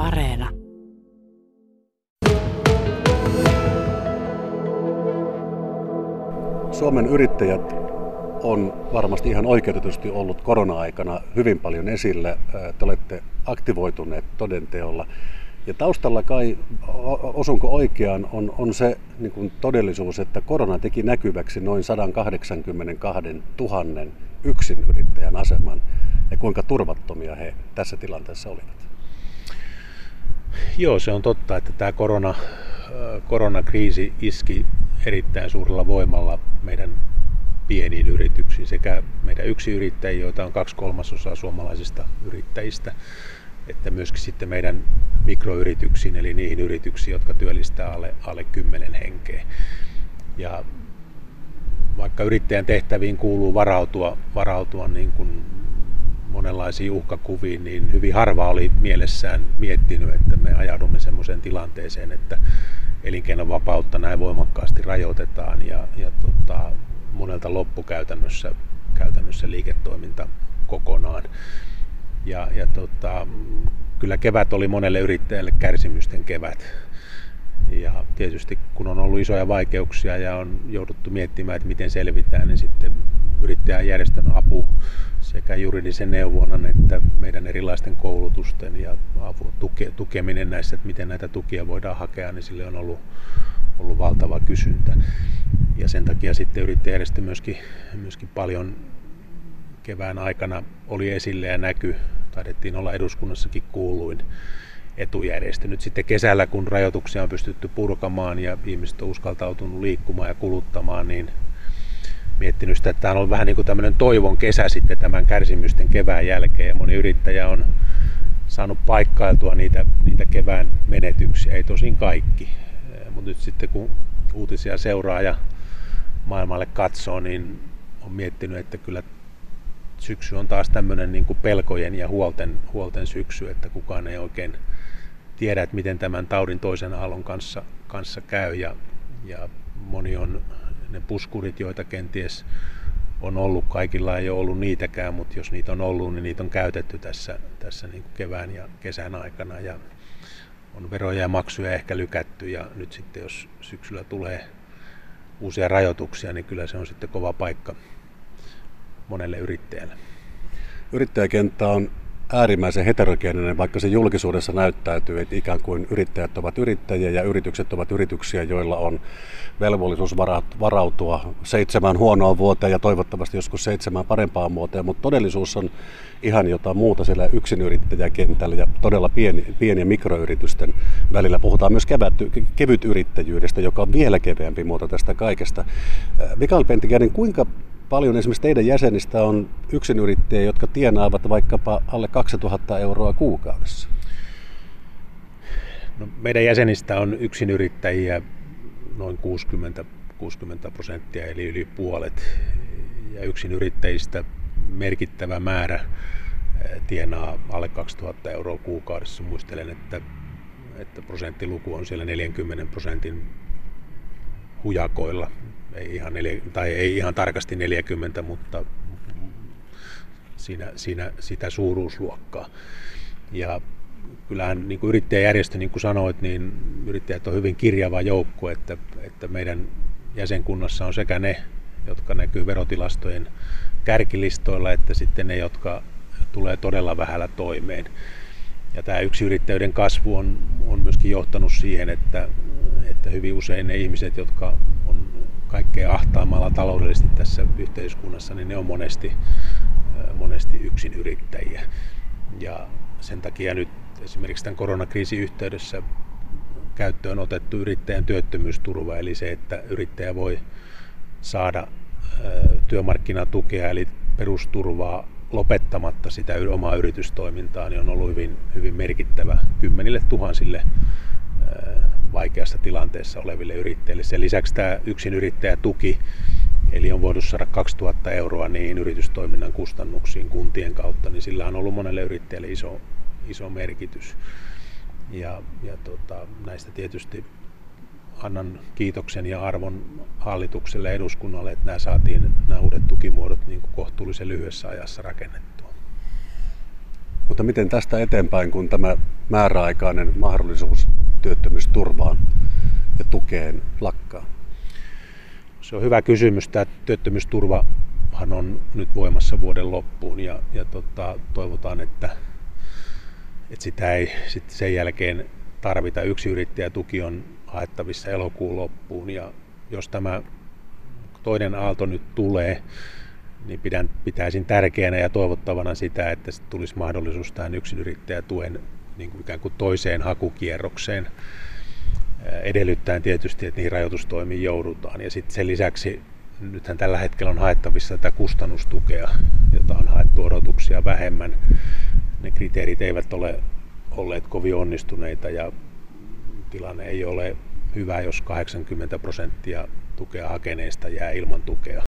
Areena. Suomen yrittäjät on varmasti ihan oikeutetusti ollut korona-aikana hyvin paljon esillä. Te olette aktivoituneet todenteolla. Ja taustalla kai, osunko oikeaan, on se niin kuin todellisuus, että korona teki näkyväksi noin 182 000 yksinyrittäjän aseman ja kuinka turvattomia he tässä tilanteessa olivat. Joo, se on totta, että tämä koronakriisi iski erittäin suurella voimalla meidän pieniin yrityksiin sekä meidän yksinyrittäjiin, joita on 2/3 suomalaisista yrittäjistä, että myöskin sitten meidän mikroyrityksiin, eli niihin yrityksiin, jotka työllistää alle 10 henkeä. Ja vaikka yrittäjän tehtäviin kuuluu varautua niin kuin monenlaisiin uhkakuviin, niin hyvin harva oli mielessään miettinyt, että me ajaudumme semmoiseen tilanteeseen, että elinkeinovapautta näin voimakkaasti rajoitetaan ja monelta loppu käytännössä liiketoiminta kokonaan. Kyllä kevät oli monelle yrittäjälle kärsimysten kevät. Ja tietysti kun on ollut isoja vaikeuksia ja on jouduttu miettimään, että miten selvitään, niin sitten yrittäjäjärjestön apu sekä juridisen neuvonnan että meidän erilaisten koulutusten ja tukeminen näissä, että miten näitä tukia voidaan hakea, niin sille on ollut valtava kysyntä. Ja sen takia sitten yrittäjäjärjestö myöskin paljon kevään aikana oli esille ja taidettiin olla eduskunnassakin kuuluin etujärjestö. Nyt sitten kesällä, kun rajoituksia on pystytty purkamaan ja ihmiset on uskaltautunut liikkumaan ja kuluttamaan, niin miettinyt sitä, että tämä on ollut vähän niin kuin tämmöinen toivon kesä sitten tämän kärsimysten kevään jälkeen. Ja moni yrittäjä on saanut paikkailtua niitä kevään menetyksiä, ei tosin kaikki. Mutta nyt sitten kun uutisia seuraa ja maailmalle katsoo, niin on miettinyt, että kyllä syksy on taas tämmöinen niin kuin pelkojen ja huolten syksy, että kukaan ei oikein tiedä, että miten tämän taudin toisen aallon kanssa käy. Ja moni on ne puskurit, joita kenties on ollut, kaikilla ei ole ollut niitäkään, mutta jos niitä on ollut, niin niitä on käytetty tässä niin kuin kevään ja kesän aikana. Ja on veroja ja maksuja ehkä lykätty ja nyt sitten jos syksyllä tulee uusia rajoituksia, niin kyllä se on sitten kova paikka monelle yrittäjälle. Yrittäjäkenttä on äärimmäisen heterogeeninen, vaikka se julkisuudessa näyttäytyy, että ikään kuin yrittäjät ovat yrittäjiä ja yritykset ovat yrityksiä, joilla on velvollisuus varautua 7 huonoon vuoteen ja toivottavasti joskus 7 parempaan vuoteen, mutta todellisuus on ihan jotain muuta siellä yksinyrittäjäkentällä ja todella pieni- ja mikroyritysten välillä. Puhutaan myös kevytyrittäjyydestä, joka on vielä keveämpi muoto tästä kaikesta. Mikael Pentikäinen, kuinka paljon esimerkiksi teidän jäsenistä on yksinyrittäjiä, jotka tienaavat vaikkapa alle 2000 euroa kuukaudessa? No, meidän jäsenistä on yksinyrittäjiä noin 60%, eli yli puolet. Ja yksinyrittäjistä merkittävä määrä tienaa alle 2000 euroa kuukaudessa. Muistelen, että prosenttiluku on siellä 40% hujakoilla. Ei ihan tarkasti 40, mutta siinä sitä suuruusluokkaa. Ja kyllähän niin kuin yrittäjäjärjestö, niin kuin sanoit, niin yrittäjät on hyvin kirjava joukko, että meidän jäsenkunnassa on sekä ne, jotka näkyy verotilastojen kärkilistoilla, että sitten ne, jotka tulee todella vähällä toimeen. Ja tämä yksiyrittäjyyden kasvu on myöskin johtanut siihen, että hyvin usein ne ihmiset, jotka on kaikkein ahtaammalla taloudellisesti tässä yhteiskunnassa, niin ne on monesti yksinyrittäjiä. Ja sen takia nyt esimerkiksi tämän koronakriisin yhteydessä käyttöön otettu yrittäjän työttömyysturva, eli se, että yrittäjä voi saada työmarkkinatukea, eli perusturvaa lopettamatta sitä omaa yritystoimintaa, niin on ollut hyvin, hyvin merkittävä 10 000 vaikeassa tilanteessa oleville yrittäjille. Sen lisäksi tämä yksinyrittäjätuki, eli on voinut saada 2000 euroa niihin yritystoiminnan kustannuksiin kuntien kautta, niin sillä on ollut monelle yrittäjälle iso merkitys. Ja näistä tietysti annan kiitoksen ja arvon hallitukselle ja eduskunnalle, että nämä uudet tukimuodot niin kuin kohtuullisen lyhyessä ajassa rakennettua. Mutta miten tästä eteenpäin, kun tämä määräaikainen mahdollisuus työttömyysturvaan ja tukeen lakkaa? Se on hyvä kysymys. Tämä työttömyysturvahan on nyt voimassa vuoden loppuun ja toivotaan, että sitä ei sitten sen jälkeen tarvita. Yksinyrittäjätuki on haettavissa elokuun loppuun ja jos tämä toinen aalto nyt tulee, niin pitäisin tärkeänä ja toivottavana sitä, että tulisi mahdollisuus tähän yksinyrittäjätuen niin kuin ikään kuin toiseen hakukierrokseen. Edellyttäen tietysti, että niihin rajoitustoimiin joudutaan. Ja sitten sen lisäksi nythän tällä hetkellä on haettavissa tätä kustannustukea, jota on haettu odotuksia vähemmän. Ne kriteerit eivät ole olleet kovin onnistuneita ja tilanne ei ole hyvä, jos 80% tukea hakeneista jää ilman tukea.